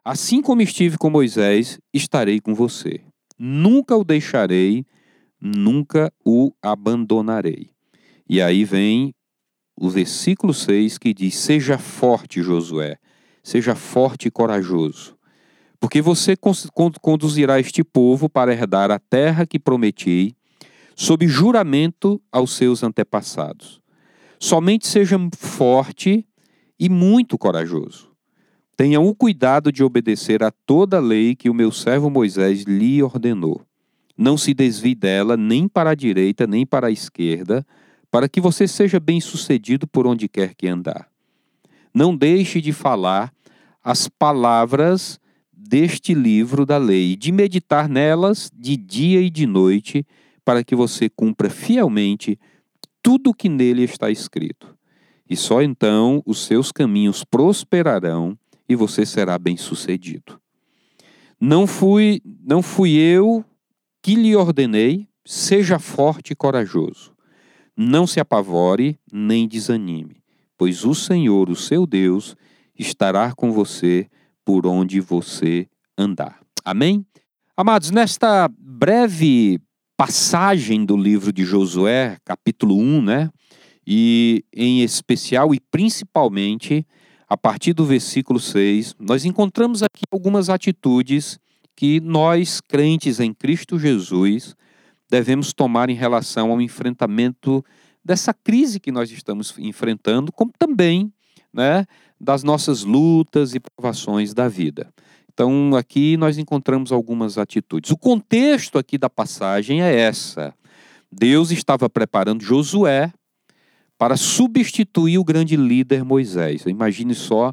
Assim como estive com Moisés, estarei com você. Nunca o deixarei, nunca o abandonarei. E aí vem o versículo 6 que diz: seja forte, Josué, seja forte e corajoso, porque você conduzirá este povo para herdar a terra que prometi, sob juramento aos seus antepassados. Somente seja forte e muito corajoso. Tenha o cuidado de obedecer a toda a lei que o meu servo Moisés lhe ordenou. Não se desvie dela nem para a direita nem para a esquerda, para que você seja bem-sucedido por onde quer que andar. Não deixe de falar as palavras deste livro da lei, de meditar nelas de dia e de noite, para que você cumpra fielmente tudo o que nele está escrito. E só então os seus caminhos prosperarão e você será bem-sucedido. Não fui eu que lhe ordenei, seja forte e corajoso. Não se apavore nem desanime, pois o Senhor, o seu Deus, estará com você por onde você andar. Amém? Amados, nesta breve passagem do livro de Josué, capítulo 1, né? E em especial e principalmente, a partir do versículo 6, nós encontramos aqui algumas atitudes que nós, crentes em Cristo Jesus, devemos tomar em relação ao enfrentamento dessa crise que nós estamos enfrentando, como também, né, das nossas lutas e provações da vida. Então, aqui nós encontramos algumas atitudes. O contexto aqui da passagem é essa. Deus estava preparando Josué para substituir o grande líder Moisés. Imagine só,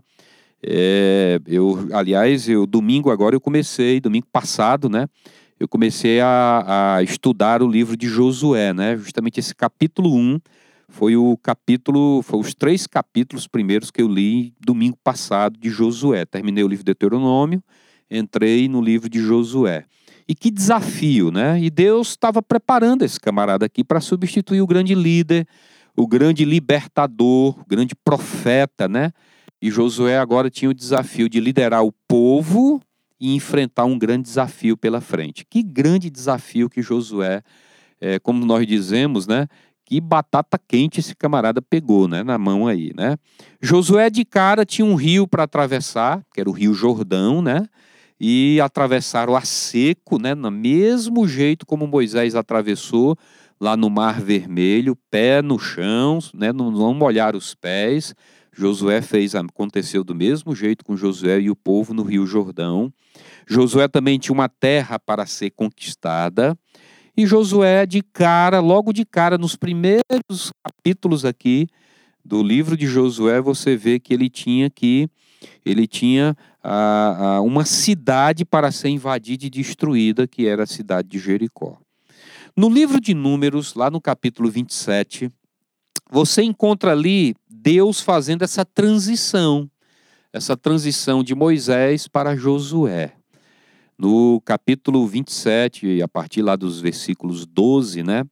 domingo passado, né? Eu comecei a estudar o livro de Josué, né? Justamente esse capítulo 1 foi os 3 capítulos primeiros que eu li domingo passado de Josué. Terminei o livro de Deuteronômio, entrei no livro de Josué. E que desafio, né? E Deus estava preparando esse camarada aqui para substituir o grande líder, o grande libertador, o grande profeta, né? E Josué agora tinha o desafio de liderar o povo e enfrentar um grande desafio pela frente. Que grande desafio que Josué, como nós dizemos, né? Que batata quente esse camarada pegou, né? Na mão aí, né? Josué de cara tinha um rio para atravessar, que era o Rio Jordão, né? E atravessaram a seco, né? No mesmo jeito como Moisés atravessou, lá no Mar Vermelho, pé no chão, né? Não molhar os pés. Josué aconteceu do mesmo jeito com Josué e o povo no Rio Jordão. Josué também tinha uma terra para ser conquistada. E Josué logo de cara, nos primeiros capítulos aqui do livro de Josué, você vê que ele tinha uma cidade para ser invadida e destruída, que era a cidade de Jericó. No livro de Números, lá no capítulo 27, você encontra ali Deus fazendo essa transição de Moisés para Josué. No capítulo 27, a partir lá dos versículos 12, né?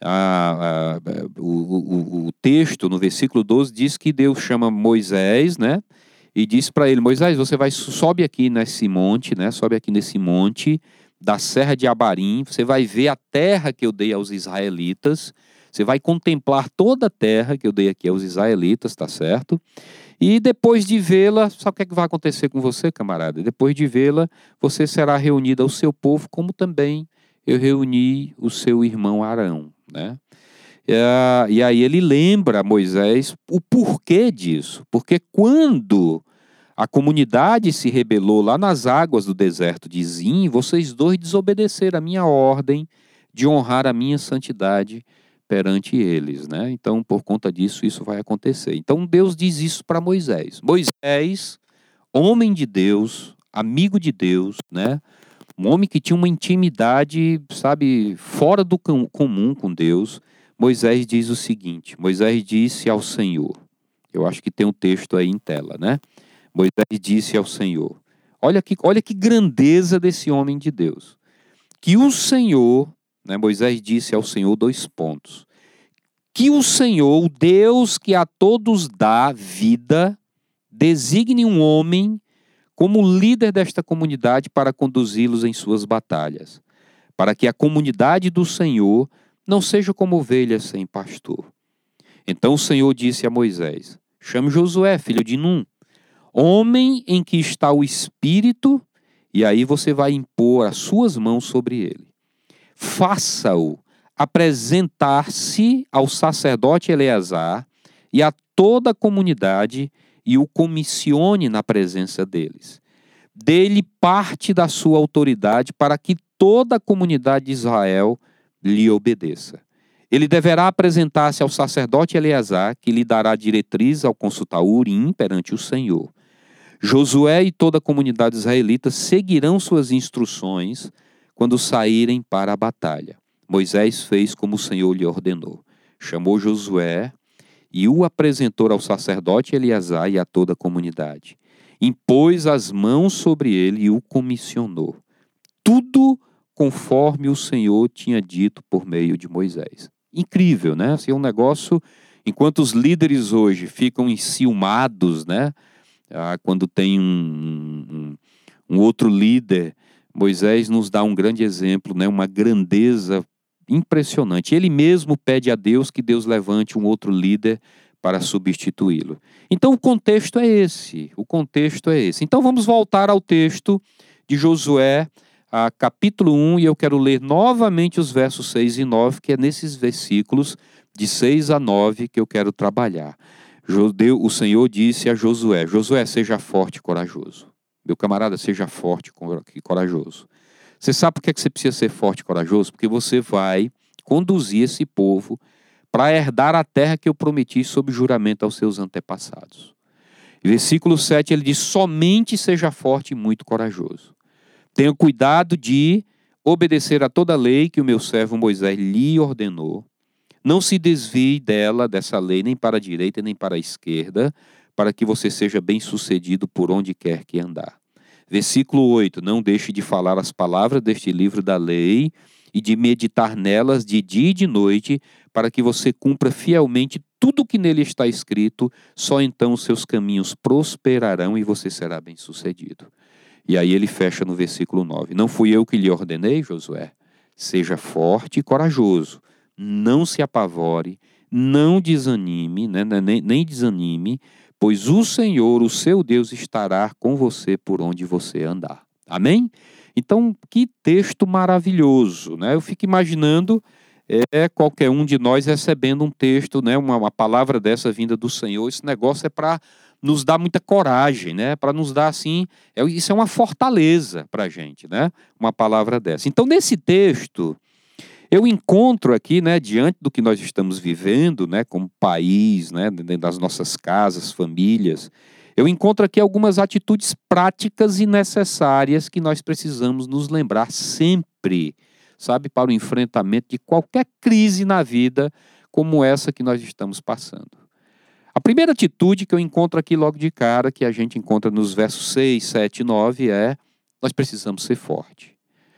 O texto, no versículo 12, diz que Deus chama Moisés, né? E diz para ele: Moisés, sobe aqui nesse monte, né? Sobe aqui nesse monte da Serra de Abarim, você vai ver a terra que eu dei aos israelitas, você vai contemplar toda a terra que eu dei aqui aos israelitas, tá certo? E depois de vê-la, sabe o que é que vai acontecer com você, camarada? Depois de vê-la, você será reunido ao seu povo, como também eu reuni o seu irmão Arão, né? E aí ele lembra a Moisés o porquê disso. Porque quando a comunidade se rebelou lá nas águas do deserto de Zim, vocês dois desobedeceram a minha ordem de honrar a minha santidade perante eles, né? Então, por conta disso, isso vai acontecer. Então, Deus diz isso para Moisés. Moisés, homem de Deus, amigo de Deus, né? Um homem que tinha uma intimidade, sabe, fora do comum com Deus. Moisés diz o seguinte: Moisés disse ao Senhor. Eu acho que tem um texto aí em tela, né? Moisés disse ao Senhor. Olha que grandeza desse homem de Deus. Que o Senhor, né, Moisés disse ao Senhor 2 pontos. Que o Senhor, o Deus que a todos dá vida, designe um homem como líder desta comunidade para conduzi-los em suas batalhas, para que a comunidade do Senhor não seja como ovelhas sem pastor. Então o Senhor disse a Moisés: chame Josué, filho de Num, homem em que está o Espírito, e aí você vai impor as suas mãos sobre ele. Faça-o apresentar-se ao sacerdote Eleazar e a toda a comunidade e o comissione na presença deles. Dê-lhe parte da sua autoridade para que toda a comunidade de Israel lhe obedeça. Ele deverá apresentar-se ao sacerdote Eleazar, que lhe dará diretriz ao consultar Urim perante o Senhor. Josué e toda a comunidade israelita seguirão suas instruções quando saírem para a batalha. Moisés fez como o Senhor lhe ordenou. Chamou Josué e o apresentou ao sacerdote Eleazar e a toda a comunidade. Impôs as mãos sobre ele e o comissionou. Tudo conforme o Senhor tinha dito por meio de Moisés. Incrível, né? Assim, é um negócio, enquanto os líderes hoje ficam enciumados, né? Quando tem um outro líder, Moisés nos dá um grande exemplo, né? Uma grandeza impressionante. Ele mesmo pede a Deus que Deus levante um outro líder para substituí-lo. Então o contexto é esse. Então vamos voltar ao texto de Josué, capítulo 1, e eu quero ler novamente os versos 6 e 9, que é nesses versículos de 6 a 9 que eu quero trabalhar. O Senhor disse a Josué: Josué, seja forte e corajoso. Meu camarada, seja forte e corajoso. Você sabe por que você precisa ser forte e corajoso? Porque você vai conduzir esse povo para herdar a terra que eu prometi sob juramento aos seus antepassados. Versículo 7, ele diz: somente seja forte e muito corajoso. Tenha cuidado de obedecer a toda a lei que o meu servo Moisés lhe ordenou. Não se desvie dessa lei, nem para a direita, nem para a esquerda, para que você seja bem-sucedido por onde quer que andar. Versículo 8, não deixe de falar as palavras deste livro da lei e de meditar nelas de dia e de noite, para que você cumpra fielmente tudo o que nele está escrito, só então os seus caminhos prosperarão e você será bem-sucedido. E aí ele fecha no versículo 9. Não fui eu que lhe ordenei, Josué? Seja forte e corajoso, não se apavore, não desanime, nem desanime, pois o Senhor, o seu Deus, estará com você por onde você andar. Amém? Então, que texto maravilhoso, né? Eu fico imaginando qualquer um de nós recebendo um texto, né? Uma palavra dessa vinda do Senhor. Esse negócio é para nos dar muita coragem, né? Para nos dar assim, isso é uma fortaleza para a gente, né? Uma palavra dessa. Então, nesse texto, eu encontro aqui, né, diante do que nós estamos vivendo, né, como país, né, dentro das nossas casas, famílias, eu encontro aqui algumas atitudes práticas e necessárias que nós precisamos nos lembrar sempre, sabe, para o enfrentamento de qualquer crise na vida como essa que nós estamos passando. A primeira atitude que eu encontro aqui logo de cara, que a gente encontra nos versos 6, 7 e 9, é: nós precisamos ser fortes.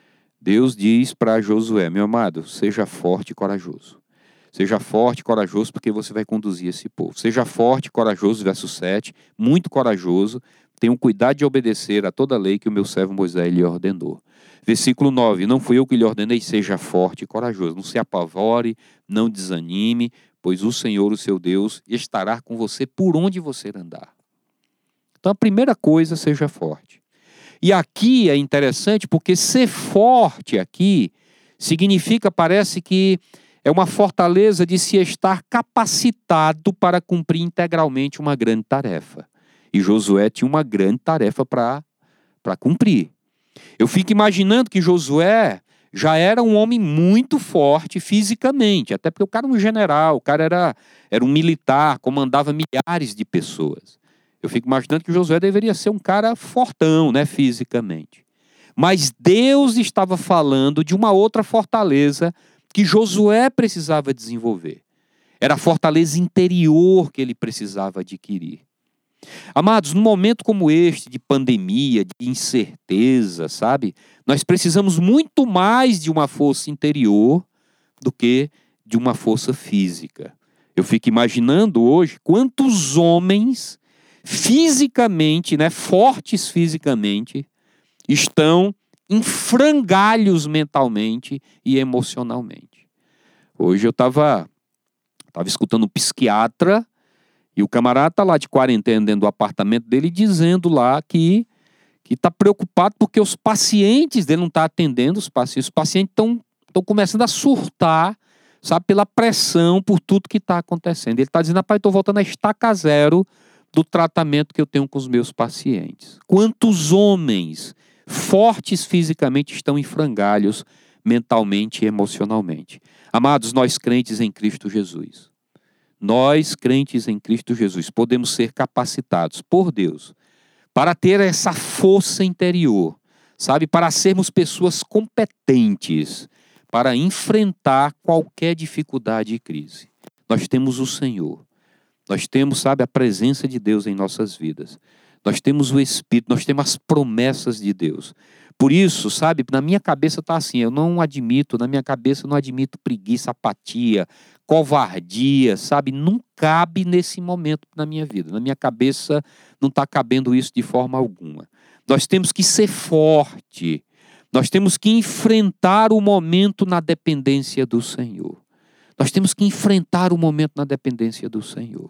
Deus diz para Josué: meu amado, seja forte e corajoso. Seja forte e corajoso porque você vai conduzir esse povo. Seja forte e corajoso, verso 7, muito corajoso. Tenham cuidado de obedecer a toda a lei que o meu servo Moisés lhe ordenou. Versículo 9, não fui eu que lhe ordenei, seja forte e corajoso. Não se apavore, não desanime, pois o Senhor, o seu Deus, estará com você por onde você andar. Então a primeira coisa, seja forte. E aqui é interessante porque ser forte aqui significa, parece que é uma fortaleza de se estar capacitado para cumprir integralmente uma grande tarefa. E Josué tinha uma grande tarefa para cumprir. Eu fico imaginando que Josué já era um homem muito forte fisicamente, até porque o cara era um general, o cara era um militar, comandava milhares de pessoas. Eu fico imaginando que Josué deveria ser um cara fortão, né, fisicamente. Mas Deus estava falando de uma outra fortaleza que Josué precisava desenvolver. Era a fortaleza interior que ele precisava adquirir. Amados, num momento como este, de pandemia, de incerteza, sabe? Nós precisamos muito mais de uma força interior do que de uma força física. Eu fico imaginando hoje quantos homens fisicamente, né, fortes fisicamente, estão em frangalhos mentalmente e emocionalmente. Hoje eu estava escutando um psiquiatra e o camarada está lá de quarentena dentro do apartamento dele dizendo lá que está preocupado porque os pacientes dele não estão atendendo os pacientes estão começando a surtar, sabe, pela pressão, por tudo que está acontecendo. Ele está dizendo, rapaz, estou voltando a estaca zero do tratamento que eu tenho com os meus pacientes. Quantos homens fortes fisicamente estão em frangalhos mentalmente e emocionalmente? Amados, nós crentes em Cristo Jesus, podemos ser capacitados por Deus para ter essa força interior, sabe, para sermos pessoas competentes, para enfrentar qualquer dificuldade e crise. Nós temos o Senhor. Nós temos, sabe, a presença de Deus em nossas vidas. Nós temos o Espírito, nós temos as promessas de Deus. Por isso, sabe, na minha cabeça está assim, na minha cabeça eu não admito preguiça, apatia, covardia, sabe? Não cabe nesse momento na minha vida. Na minha cabeça não está cabendo isso de forma alguma. Nós temos que ser forte. Nós temos que enfrentar o momento na dependência do Senhor. Nós temos que enfrentar o momento na dependência do Senhor.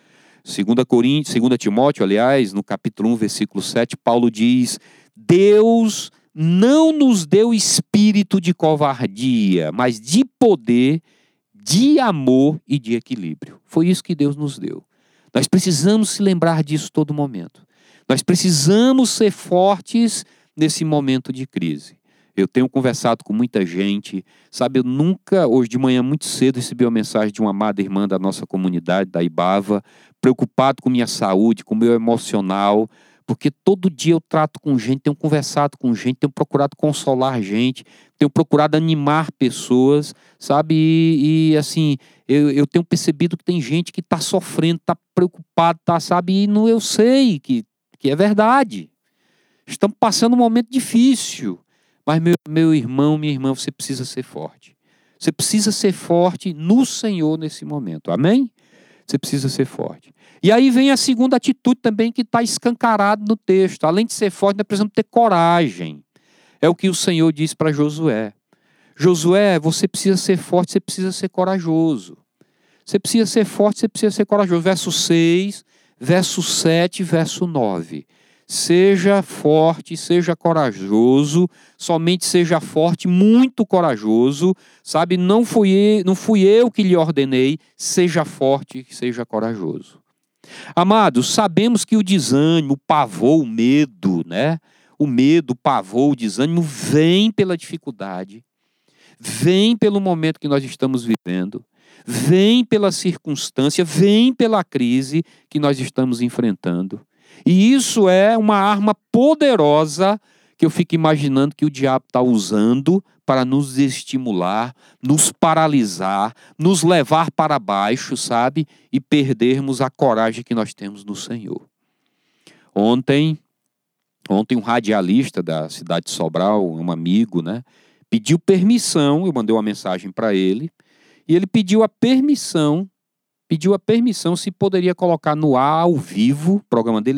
2 Timóteo, aliás, no capítulo 1, versículo 7, Paulo diz, Deus não nos deu espírito de covardia, mas de poder, de amor e de equilíbrio. Foi isso que Deus nos deu. Nós precisamos se lembrar disso todo momento. Nós precisamos ser fortes nesse momento de crise. Eu tenho conversado com muita gente, sabe, hoje de manhã muito cedo recebi uma mensagem de uma amada irmã da nossa comunidade, da Ibava, preocupado com minha saúde, com o meu emocional, porque todo dia eu trato com gente, tenho conversado com gente, tenho procurado consolar gente, tenho procurado animar pessoas, sabe, e assim, eu tenho percebido que tem gente que está sofrendo, está preocupado, sabe, e eu sei que é verdade. Estamos passando um momento difícil. Mas meu irmão, minha irmã, você precisa ser forte. Você precisa ser forte no Senhor nesse momento. Amém? Você precisa ser forte. E aí vem a segunda atitude também que está escancarado no texto. Além de ser forte, nós precisamos ter coragem. É o que o Senhor diz para Josué. Josué, você precisa ser forte, você precisa ser corajoso. Você precisa ser forte, você precisa ser corajoso. Verso 6, verso 7, verso 9. Seja forte, seja corajoso, somente seja forte, muito corajoso, sabe? Não fui eu que lhe ordenei, seja forte, seja corajoso. Amados, sabemos que o desânimo, o pavor, o medo, né? O medo, o pavor, o desânimo vem pela dificuldade, vem pelo momento que nós estamos vivendo, vem pela circunstância, vem pela crise que nós estamos enfrentando. E isso é uma arma poderosa que eu fico imaginando que o diabo está usando para nos estimular, nos paralisar, nos levar para baixo, sabe? E perdermos a coragem que nós temos no Senhor. Ontem um radialista da cidade de Sobral, um amigo, né? Pediu permissão, eu mandei uma mensagem para ele, e ele pediu a permissão se poderia colocar no ar ao vivo. O programa dele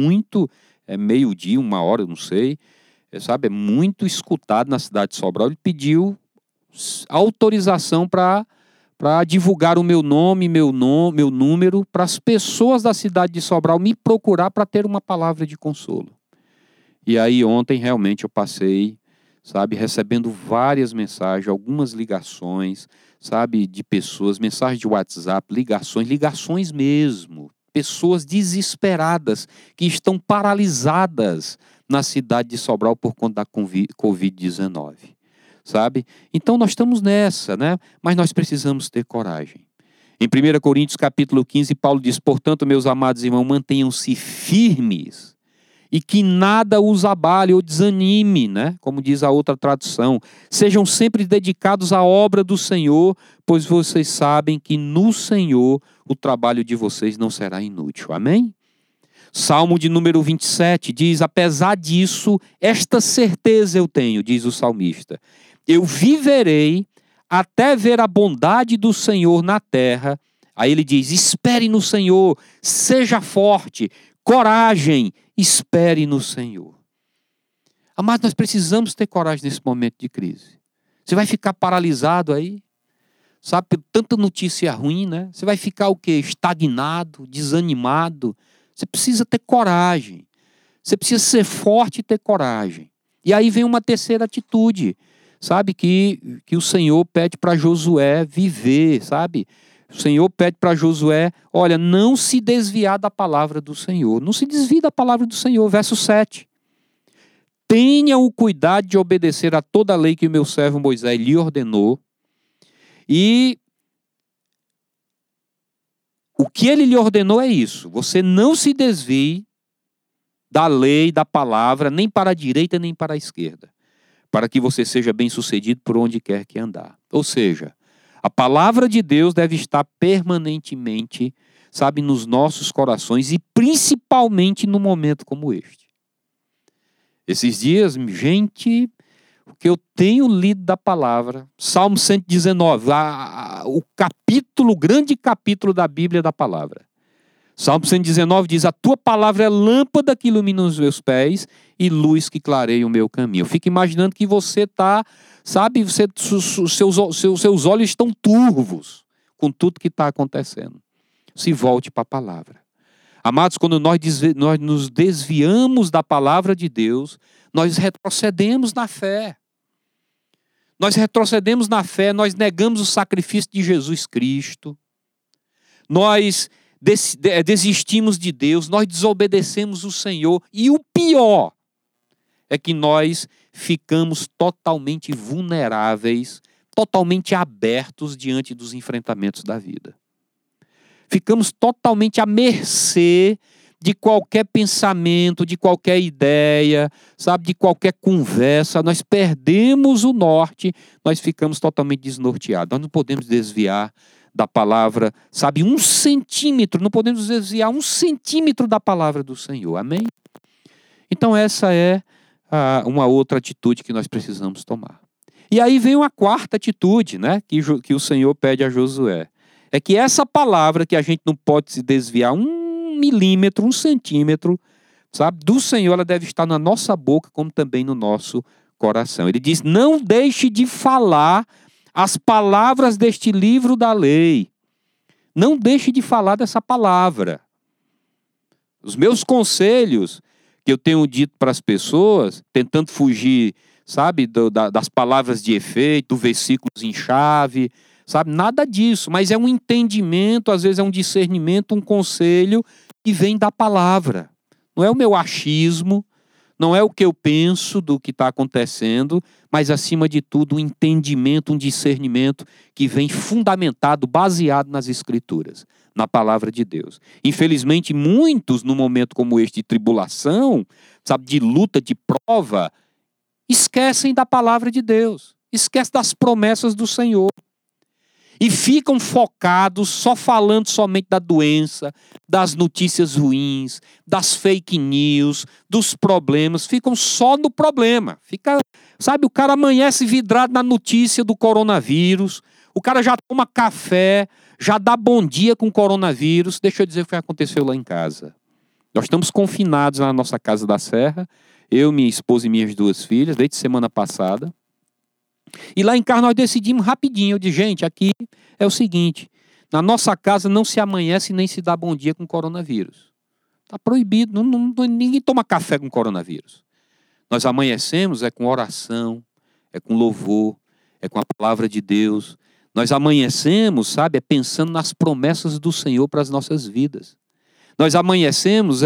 é meio-dia, 1 hora, eu não sei, sabe, é muito escutado na cidade de Sobral. Ele pediu autorização para divulgar o meu nome, meu número, para as pessoas da cidade de Sobral me procurar para ter uma palavra de consolo. E aí ontem realmente eu passei, sabe, recebendo várias mensagens, algumas ligações, sabe, de pessoas, mensagens de WhatsApp, ligações mesmo, pessoas desesperadas que estão paralisadas na cidade de Sobral por conta da Covid-19, sabe? Então nós estamos nessa, né? Mas nós precisamos ter coragem. Em 1 Coríntios capítulo 15, Paulo diz, portanto, meus amados irmãos, mantenham-se firmes, e que nada os abale ou desanime, né? Como diz a outra tradução. Sejam sempre dedicados à obra do Senhor, pois vocês sabem que no Senhor o trabalho de vocês não será inútil. Amém? Salmo de número 27 diz, apesar disso, esta certeza eu tenho, diz o salmista. Eu viverei até ver a bondade do Senhor na terra. Aí ele diz, espere no Senhor, seja forte, Coragem, espere no Senhor. Amados, nós precisamos ter coragem nesse momento de crise. Você vai ficar paralisado aí, sabe, por tanta notícia ruim, né? Você vai ficar o quê? Estagnado, desanimado. Você precisa ter coragem. Você precisa ser forte e ter coragem. E aí vem uma terceira atitude, sabe, que o Senhor pede para Josué viver, sabe? O Senhor pede para Josué, olha, não se desviar da palavra do Senhor. Não se desvie da palavra do Senhor. Verso 7. Tenha o cuidado de obedecer a toda a lei que o meu servo Moisés lhe ordenou. E o que ele lhe ordenou é isso. Você não se desvie da lei, da palavra, nem para a direita, nem para a esquerda. Para que você seja bem-sucedido por onde quer que andar. Ou seja, a palavra de Deus deve estar permanentemente, sabe, nos nossos corações e principalmente num momento como este. Esses dias, gente, o que eu tenho lido da palavra, Salmo 119, o grande capítulo da Bíblia da palavra. Salmo 119 diz, a tua palavra é lâmpada que ilumina os meus pés e luz que clareia o meu caminho. Eu fico imaginando que você está, sabe, seus olhos estão turvos com tudo que está acontecendo. Se volte para a palavra. Amados, quando nós nos desviamos da palavra de Deus, nós retrocedemos na fé. Nós retrocedemos na fé, nós negamos o sacrifício de Jesus Cristo. Nós desistimos de Deus, nós desobedecemos o Senhor. E o pior é que nós ficamos totalmente vulneráveis, totalmente abertos diante dos enfrentamentos da vida. Ficamos totalmente à mercê de qualquer pensamento, de qualquer ideia, sabe, de qualquer conversa. Nós perdemos o norte, nós ficamos totalmente desnorteados. Nós não podemos desviar da palavra, sabe, 1 centímetro, não podemos desviar 1 centímetro da palavra do Senhor. Amém? Então essa é uma outra atitude que nós precisamos tomar. E aí vem uma quarta atitude, né, que o Senhor pede a Josué. É que essa palavra que a gente não pode se desviar 1 milímetro, 1 centímetro, sabe, do Senhor, ela deve estar na nossa boca como também no nosso coração. Ele diz, não deixe de falar as palavras deste livro da lei. Não deixe de falar dessa palavra. Os meus conselhos que eu tenho dito para as pessoas, tentando fugir, sabe, das palavras de efeito, versículos em chave, sabe, nada disso, mas é um entendimento, às vezes é um discernimento, um conselho que vem da palavra. Não é o meu achismo, não é o que eu penso do que está acontecendo, mas acima de tudo um entendimento, um discernimento que vem fundamentado, baseado nas Escrituras, na palavra de Deus. Infelizmente, muitos, num momento como este de tribulação, sabe, de luta, de prova, esquecem da palavra de Deus, esquecem das promessas do Senhor. E ficam focados só falando somente da doença, das notícias ruins, das fake news, dos problemas. Ficam só no problema. Sabe, o cara amanhece vidrado na notícia do coronavírus. O cara já toma café, já dá bom dia com o coronavírus. Deixa eu dizer o que aconteceu lá em casa. Nós estamos confinados na nossa casa da Serra. Eu, minha esposa e minhas 2 filhas, desde semana passada. E lá em casa nós decidimos rapidinho. Eu disse, gente, aqui é o seguinte, na nossa casa não se amanhece nem se dá bom dia com coronavírus. Está proibido, ninguém toma café com coronavírus. Nós amanhecemos com oração, com louvor, com a palavra de Deus. Nós amanhecemos, sabe, pensando nas promessas do Senhor para as nossas vidas. Nós amanhecemos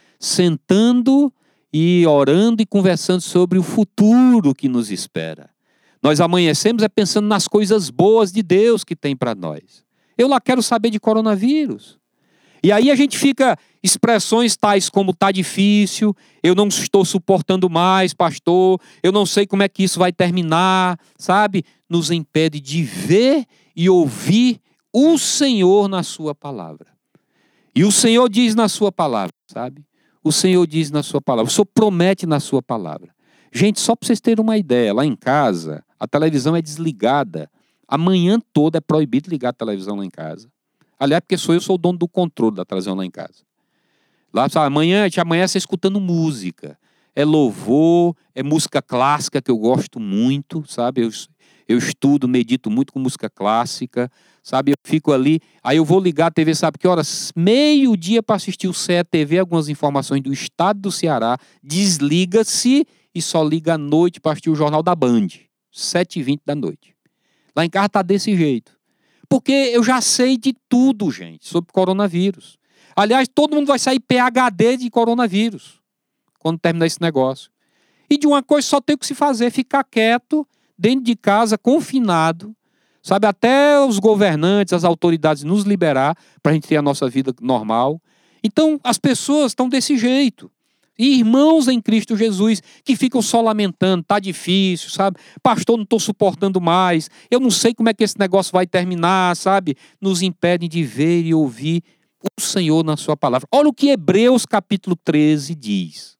sentando e orando e conversando sobre o futuro que nos espera. Nós amanhecemos pensando nas coisas boas de Deus que tem para nós. Eu lá quero saber de coronavírus. E aí a gente fica, expressões tais como tá difícil, eu não estou suportando mais, pastor, eu não sei como é que isso vai terminar, sabe? Nos impede de ver e ouvir o Senhor na sua palavra. E o Senhor diz na sua palavra, sabe? O Senhor diz na sua palavra, o Senhor promete na sua palavra. Gente, só para vocês terem uma ideia, lá em casa, a televisão é desligada. A manhã toda é proibido ligar a televisão lá em casa. Aliás, porque eu sou o dono do controle da televisão lá em casa. Lá, sabe, amanhã a gente amanhece escutando música. É louvor, é música clássica que eu gosto muito, sabe? Eu estudo, medito muito com música clássica, sabe? Eu fico ali, aí eu vou ligar a TV, sabe que horas? Meio-dia para assistir o CETV, algumas informações do estado do Ceará, desliga-se e só liga à noite para assistir o Jornal da Band, 7h20 da noite. Lá em casa tá desse jeito. Porque eu já sei de tudo, gente, sobre coronavírus. Aliás, todo mundo vai sair PhD de coronavírus quando terminar esse negócio. E de uma coisa só tem o que se fazer, ficar quieto, dentro de casa, confinado, sabe, até os governantes, as autoridades nos liberar para a gente ter a nossa vida normal. Então, as pessoas estão desse jeito. E irmãos em Cristo Jesus que ficam só lamentando, tá difícil, sabe? Pastor, não estou suportando mais, eu não sei como é que esse negócio vai terminar, sabe? Nos impedem de ver e ouvir o Senhor na sua palavra. Olha o que Hebreus capítulo 13 diz.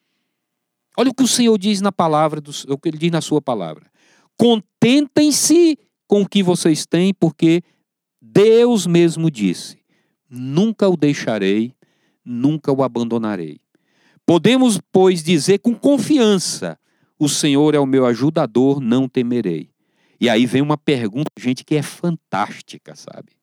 Olha o que o Senhor diz na palavra, o que Ele diz na sua palavra. Contentem-se com o que vocês têm, porque Deus mesmo disse, nunca o deixarei, nunca o abandonarei. Podemos, pois, dizer com confiança, o Senhor é o meu ajudador, não temerei. E aí vem uma pergunta, gente, que é fantástica, sabe?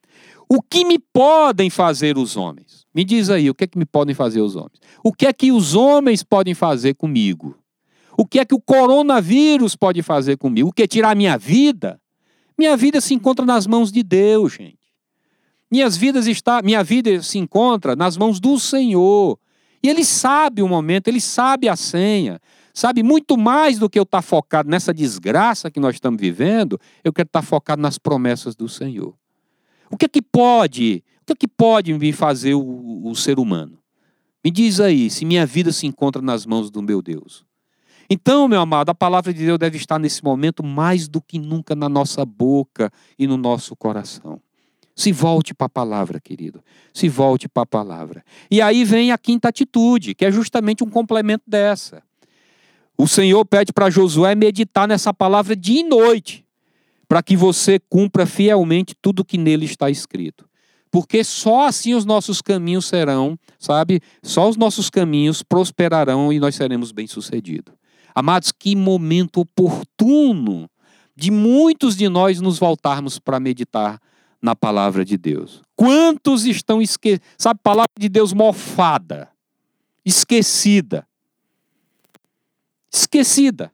O que me podem fazer os homens? Me diz aí, o que é que me podem fazer os homens? O que é que os homens podem fazer comigo? O que é que o coronavírus pode fazer comigo? O que é tirar minha vida? Minha vida se encontra nas mãos de Deus, gente. Minha vida se encontra nas mãos do Senhor. E Ele sabe o momento, Ele sabe a senha. Sabe, muito mais do que eu estar focado nessa desgraça que nós estamos vivendo, eu quero estar focado nas promessas do Senhor. O que é que pode me fazer o ser humano? Me diz aí, se minha vida se encontra nas mãos do meu Deus. Então, meu amado, a palavra de Deus deve estar nesse momento mais do que nunca na nossa boca e no nosso coração. Se volte para a palavra, querido. Se volte para a palavra. E aí vem a quinta atitude, que é justamente um complemento dessa. O Senhor pede para Josué meditar nessa palavra dia e noite, para que você cumpra fielmente tudo que nele está escrito. Porque só assim os nossos caminhos serão, sabe? Só os nossos caminhos prosperarão e nós seremos bem-sucedidos. Amados, que momento oportuno de muitos de nós nos voltarmos para meditar na palavra de Deus. Quantos estão esquecidos? Sabe, palavra de Deus mofada, esquecida. Esquecida.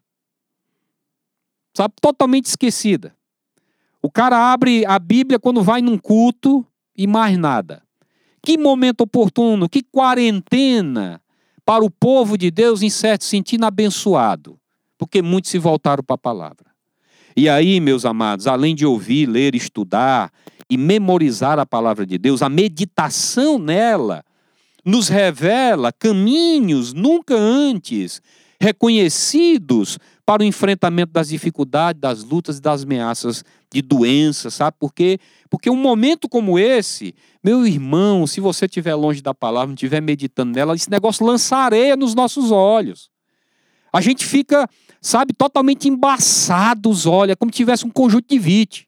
Sabe, totalmente esquecida. O cara abre a Bíblia quando vai num culto e mais nada. Que momento oportuno, que quarentena para o povo de Deus, em certo sentido, abençoado. Porque muitos se voltaram para a palavra. E aí, meus amados, além de ouvir, ler, estudar e memorizar a palavra de Deus, a meditação nela nos revela caminhos nunca antes reconhecidos para o enfrentamento das dificuldades, das lutas e das ameaças de doenças, sabe? Porque um momento como esse, meu irmão, se você estiver longe da palavra, não estiver meditando nela, esse negócio lança areia nos nossos olhos. A gente fica, sabe, totalmente embaçado os olhos, é como se tivesse um conjuntivite.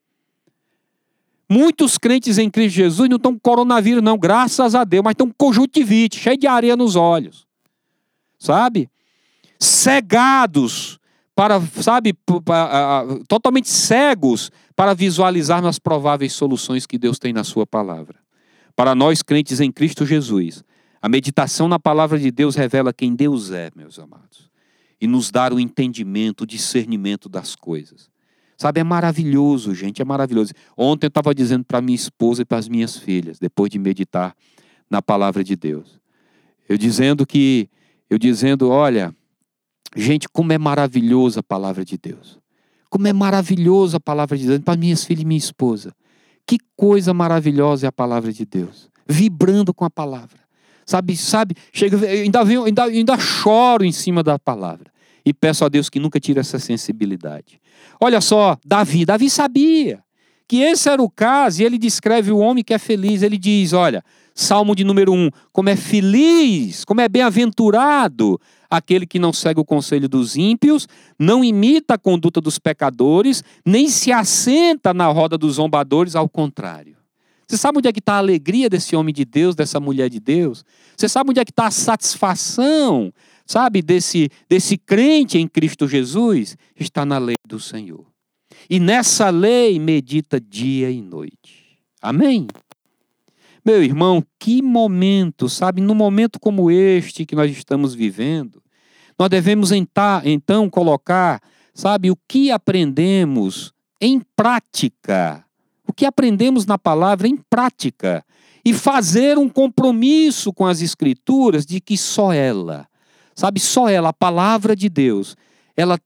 Muitos crentes em Cristo Jesus não estão com coronavírus não, graças a Deus, mas estão com conjuntivite, cheio de areia nos olhos. Sabe? Cegados, totalmente cegos para visualizar as prováveis soluções que Deus tem na sua palavra. Para nós crentes em Cristo Jesus, a meditação na palavra de Deus revela quem Deus é, meus amados, e nos dá o entendimento, o discernimento das coisas. Sabe, é maravilhoso, gente, é maravilhoso. Ontem eu estava dizendo para minha esposa e para as minhas filhas, depois de meditar na palavra de Deus, eu dizendo, olha, gente, como é maravilhosa a palavra de Deus. Como é maravilhosa a palavra de Deus para minhas filhas e minha esposa. Que coisa maravilhosa é a palavra de Deus. Vibrando com a palavra. Sabe, ainda choro em cima da palavra. E peço a Deus que nunca tire essa sensibilidade. Olha só, Davi sabia que esse era o caso, e ele descreve o homem que é feliz. Ele diz, olha, Salmo de número 1, como é feliz, como é bem-aventurado aquele que não segue o conselho dos ímpios, não imita a conduta dos pecadores, nem se assenta na roda dos zombadores, ao contrário. Você sabe onde é que está a alegria desse homem de Deus, dessa mulher de Deus? Você sabe onde é que está a satisfação, sabe, desse crente em Cristo Jesus? Está na lei do Senhor. E nessa lei medita dia e noite. Amém? Meu irmão, que momento, sabe? Num momento como este que nós estamos vivendo, nós devemos então colocar, sabe, o que aprendemos em prática. O que aprendemos na palavra em prática. E fazer um compromisso com as Escrituras de que só ela, sabe, só ela, a palavra de Deus, ela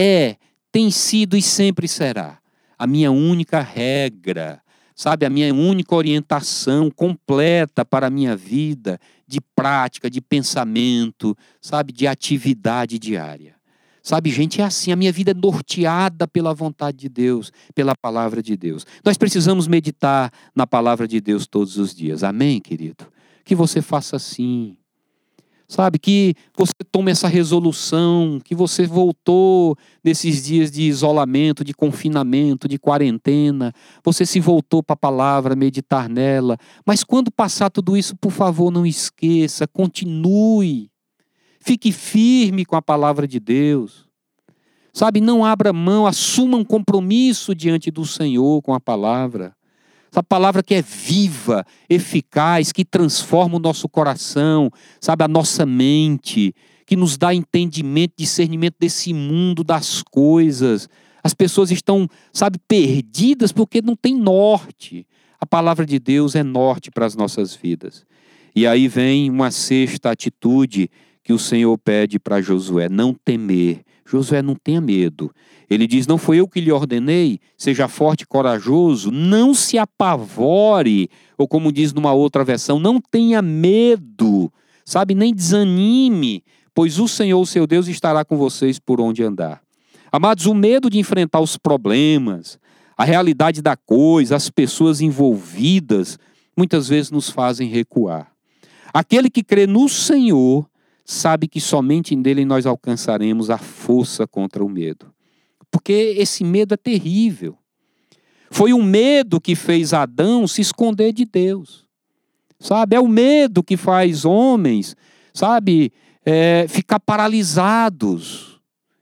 tem sido e sempre será a minha única regra, sabe, a minha única orientação completa para a minha vida de prática, de pensamento, sabe, de atividade diária. Sabe, gente, é assim, a minha vida é norteada pela vontade de Deus, pela palavra de Deus. Nós precisamos meditar na palavra de Deus todos os dias. Amém, querido? Que você faça assim. Sabe, que você tome essa resolução, que você voltou nesses dias de isolamento, de confinamento, de quarentena. Você se voltou para a palavra, meditar nela. Mas quando passar tudo isso, por favor, não esqueça, continue. Fique firme com a palavra de Deus. Sabe, não abra mão, assuma um compromisso diante do Senhor com a palavra. Essa palavra que é viva, eficaz, que transforma o nosso coração, sabe, a nossa mente, que nos dá entendimento, discernimento desse mundo, das coisas. As pessoas estão, sabe, perdidas porque não tem norte. A palavra de Deus é norte para as nossas vidas. E aí vem uma sexta atitude que o Senhor pede para Josué: não temer. Josué, não tenha medo. Ele diz: não foi eu que lhe ordenei? Seja forte e corajoso, não se apavore. Ou como diz numa outra versão, não tenha medo, sabe, nem desanime, pois o Senhor, o seu Deus, estará com vocês por onde andar. Amados, o medo de enfrentar os problemas, a realidade da coisa, as pessoas envolvidas, muitas vezes nos fazem recuar. Aquele que crê no Senhor sabe que somente nele nós alcançaremos a força contra o medo. Porque esse medo é terrível. Foi o medo que fez Adão se esconder de Deus. Sabe? É o medo que faz homens, sabe, ficar paralisados.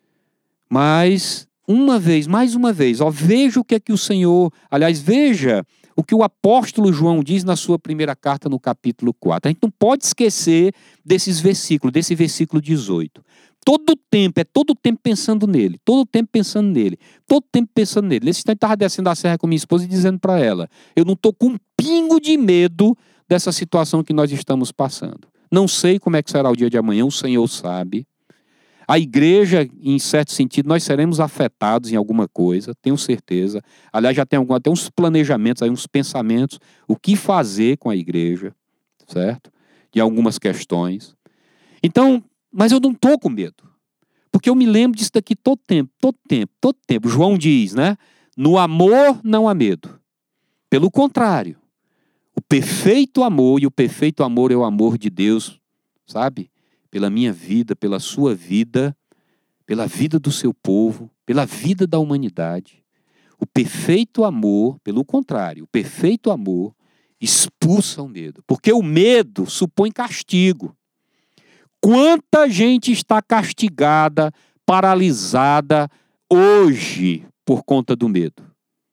Mas, mais uma vez, veja o que é que o Senhor... Aliás, veja o que o apóstolo João diz na sua primeira carta no capítulo 4. A gente não pode esquecer desse versículo 18. Todo tempo pensando nele, todo tempo pensando nele. Nesse instante estava descendo a serra com minha esposa e dizendo para ela: eu não estou com um pingo de medo dessa situação que nós estamos passando. Não sei como é que será o dia de amanhã, o Senhor sabe. A igreja, em certo sentido, nós seremos afetados em alguma coisa, tenho certeza. Aliás, já tem até uns planejamentos, uns pensamentos, o que fazer com a igreja, certo? De algumas questões. Então, mas eu não estou com medo, porque eu me lembro disso daqui todo tempo. João diz, né? No amor não há medo. Pelo contrário, o perfeito amor, e o perfeito amor é o amor de Deus, sabe? Pela minha vida, pela sua vida, pela vida do seu povo, pela vida da humanidade. O perfeito amor, pelo contrário, o perfeito amor expulsa o medo. Porque o medo supõe castigo. Quanta gente está castigada, paralisada hoje por conta do medo?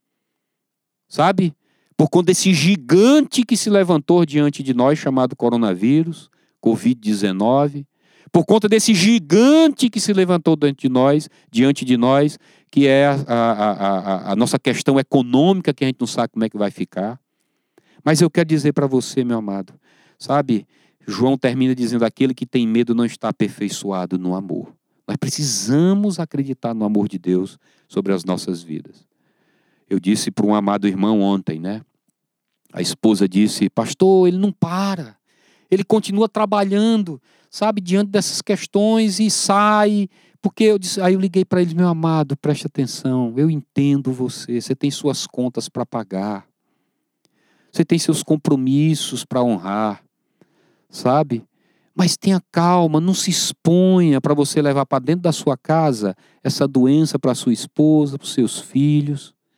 Sabe? Por conta desse gigante que se levantou diante de nós, chamado coronavírus, Covid-19. Por conta desse gigante que se levantou diante de nós, que é a nossa questão econômica, que a gente não sabe como é que vai ficar. Mas eu quero dizer para você, meu amado, sabe, João termina dizendo: aquele que tem medo não está aperfeiçoado no amor. Nós precisamos acreditar no amor de Deus sobre as nossas vidas. Eu disse para um amado irmão ontem, né? A esposa disse: pastor, ele não para. Ele continua trabalhando, sabe, diante dessas questões e sai. Porque aí eu liguei para ele: meu amado, preste atenção, eu entendo você tem suas contas para pagar. Você tem seus compromissos para honrar, sabe? Mas tenha calma, não se exponha para você levar para dentro da sua casa essa doença para sua esposa, para os seus filhos.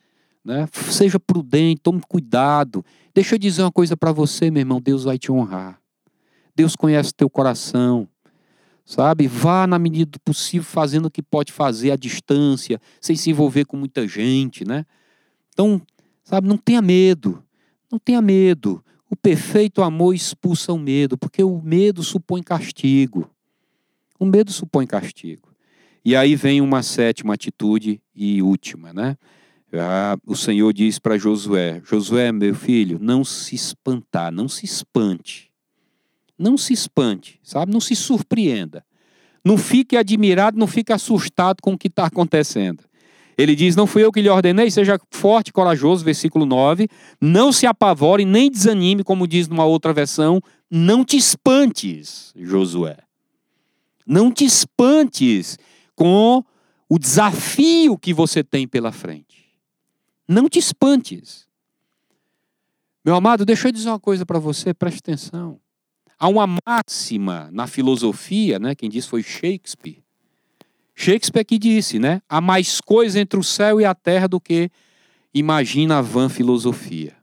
né? Seja prudente, tome cuidado. Deixa eu dizer uma coisa para você, meu irmão, Deus vai te honrar. Deus conhece o teu coração, sabe? Vá na medida do possível fazendo o que pode fazer à distância, sem se envolver com muita gente, né? Então, sabe, não tenha medo, não tenha medo. O perfeito amor expulsa o medo, porque o medo supõe castigo. O medo supõe castigo. E aí vem uma sétima atitude e última, né? O Senhor diz para Josué: Josué, meu filho, não se espantar, não se espante. Não se espante, sabe? Não se surpreenda. Não fique admirado, não fique assustado com o que está acontecendo. Ele diz: não fui eu que lhe ordenei, seja forte e corajoso, versículo 9. Não se apavore, nem desanime, como diz numa outra versão. Não te espantes, Josué. Não te espantes com o desafio que você tem pela frente. Não te espantes. Meu amado, deixa eu dizer uma coisa para você, preste atenção. Há uma máxima na filosofia, né? Quem disse foi Shakespeare. Shakespeare que disse, né? Há mais coisa entre o céu e a terra do que imagina a vã filosofia.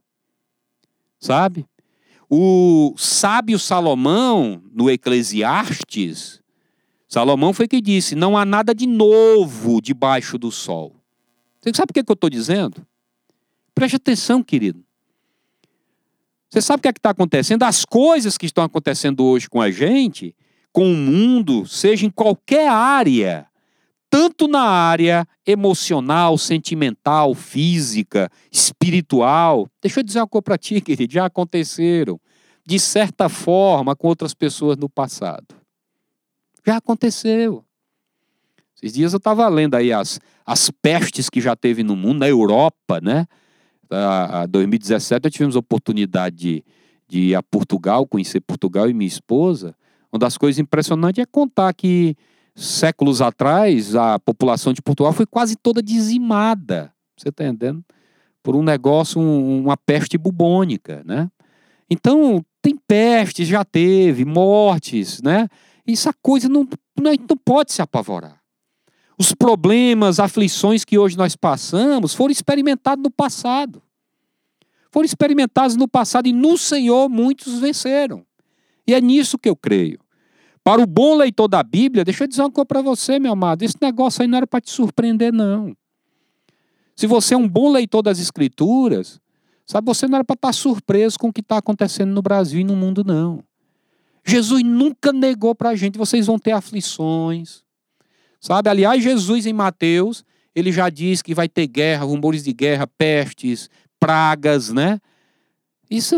Sabe? O sábio Salomão, no Eclesiastes, Salomão foi que disse: não há nada de novo debaixo do sol. Você sabe o que eu estou dizendo? Preste atenção, querido. Você sabe o que é que está acontecendo? As coisas que estão acontecendo hoje com a gente, com o mundo, seja em qualquer área, tanto na área emocional, sentimental, física, espiritual. Deixa eu dizer uma coisa para ti, querido, já aconteceram, de certa forma, com outras pessoas no passado. Já aconteceu. Esses dias eu estava lendo aí as pestes que já teve no mundo, na Europa, né? Em 2017 nós tivemos a oportunidade de ir a Portugal, conhecer Portugal e minha esposa. Uma das coisas impressionantes é contar que séculos atrás a população de Portugal foi quase toda dizimada, você está entendendo? Por um negócio, uma peste bubônica, né? Então, tem pestes, já teve, mortes, né? Essa coisa não pode se apavorar. Os problemas, aflições que hoje nós passamos foram experimentados no passado. Foram experimentados no passado e no Senhor muitos venceram. E é nisso que eu creio. Para o bom leitor da Bíblia, deixa eu dizer uma coisa para você, meu amado. Esse negócio aí não era para te surpreender, não. Se você é um bom leitor das Escrituras, sabe, você não era para estar surpreso com o que está acontecendo no Brasil e no mundo, não. Jesus nunca negou para a gente: vocês vão ter aflições. Sabe, aliás, Jesus em Mateus, ele já diz que vai ter guerra, rumores de guerra, pestes, pragas, né? Isso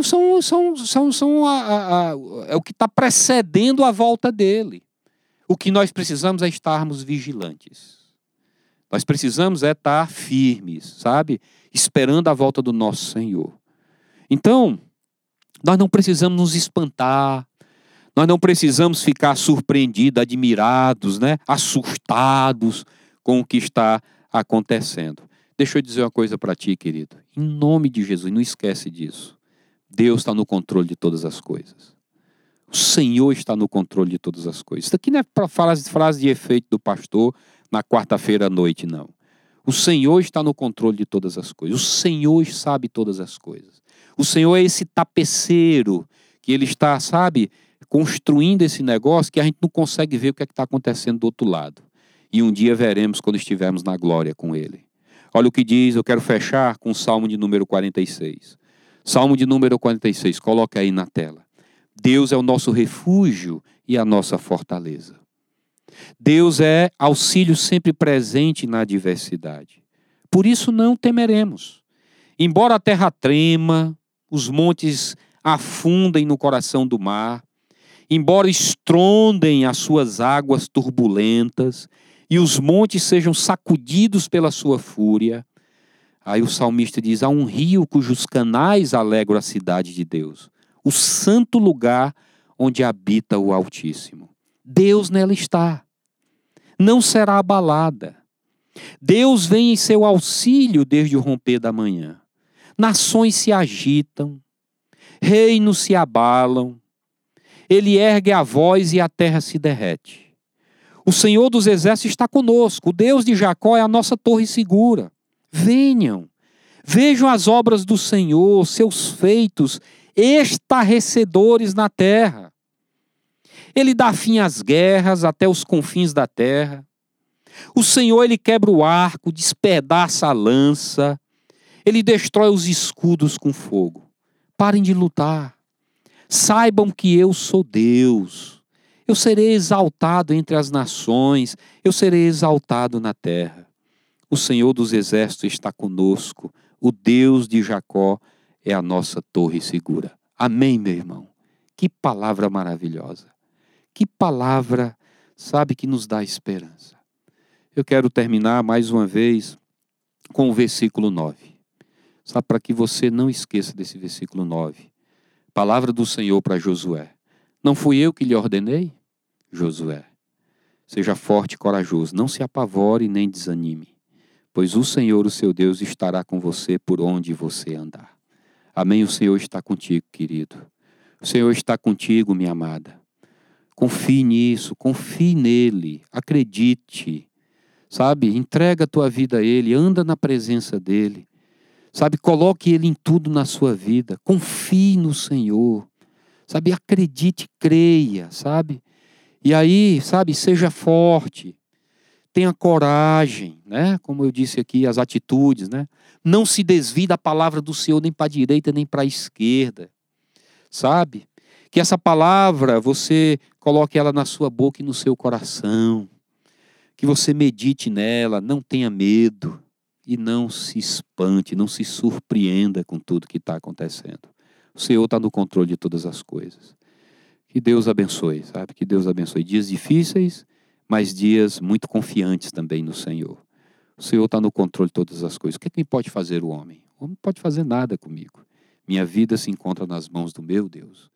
é o que está precedendo a volta dele. O que nós precisamos é estarmos vigilantes. Nós precisamos é estar firmes, sabe? Esperando a volta do nosso Senhor. Então, nós não precisamos nos espantar. Nós não precisamos ficar surpreendidos, admirados, né? Assustados com o que está acontecendo. Deixa eu dizer uma coisa para ti, querido. Em nome de Jesus, não esquece disso. Deus está no controle de todas as coisas. O Senhor está no controle de todas as coisas. Isso aqui não é para frase de efeito do pastor na quarta-feira à noite, não. O Senhor está no controle de todas as coisas. O Senhor sabe todas as coisas. O Senhor é esse tapeceiro que Ele está, sabe, construindo esse negócio que a gente não consegue ver o que é que está acontecendo do outro lado. E um dia veremos quando estivermos na glória com Ele. Olha o que diz, eu quero fechar com o Salmo de número 46. Salmo de número 46, coloca aí na tela. Deus é o nosso refúgio e a nossa fortaleza. Deus é auxílio sempre presente na adversidade. Por isso não temeremos. Embora a terra trema, os montes afundem no coração do mar, embora estrondem as suas águas turbulentas e os montes sejam sacudidos pela sua fúria, aí o salmista diz: há um rio cujos canais alegram a cidade de Deus, o santo lugar onde habita o Altíssimo. Deus nela está, não será abalada. Deus vem em seu auxílio desde o romper da manhã. Nações se agitam, reinos se abalam, Ele ergue a voz e a terra se derrete. O Senhor dos exércitos está conosco, o Deus de Jacó é a nossa torre segura. Venham, Vejam as obras do Senhor, seus feitos estarrecedores na terra. Ele dá fim às guerras até os confins da terra. O Senhor, ele quebra o arco, despedaça a lança. Ele destrói os escudos com fogo. Parem de lutar. Saibam que eu sou Deus. Eu serei exaltado entre as nações. Eu serei exaltado na terra. O Senhor dos exércitos está conosco. O Deus de Jacó é a nossa torre segura. Amém, meu irmão? Que palavra maravilhosa. Que palavra, sabe, que nos dá esperança. Eu quero terminar mais uma vez com o versículo 9. Sabe, para que você não esqueça desse versículo 9. Palavra do Senhor para Josué. Não fui eu que lhe ordenei? Josué, seja forte e corajoso, não se apavore nem desanime, pois o Senhor, o seu Deus, estará com você por onde você andar. Amém? O Senhor está contigo, querido. O Senhor está contigo, minha amada. Confie nisso, confie nele, acredite, sabe? Entrega a tua vida a ele, anda na presença dele, sabe? Coloque ele em tudo na sua vida, confie no Senhor, sabe? Acredite, creia, sabe? E aí, sabe? Seja forte, tenha coragem, né? Como eu disse aqui, as atitudes, né? Não se desvie da palavra do Senhor nem para a direita nem para a esquerda, sabe? Que essa palavra, você coloque ela na sua boca e no seu coração. Que você medite nela, não tenha medo. E não se espante, não se surpreenda com tudo que está acontecendo. O Senhor está no controle de todas as coisas. Que Deus abençoe, sabe? Que Deus abençoe. Dias difíceis, mas dias muito confiantes também no Senhor. O Senhor está no controle de todas as coisas. O que é que pode fazer o homem? O homem não pode fazer nada comigo. Minha vida se encontra nas mãos do meu Deus.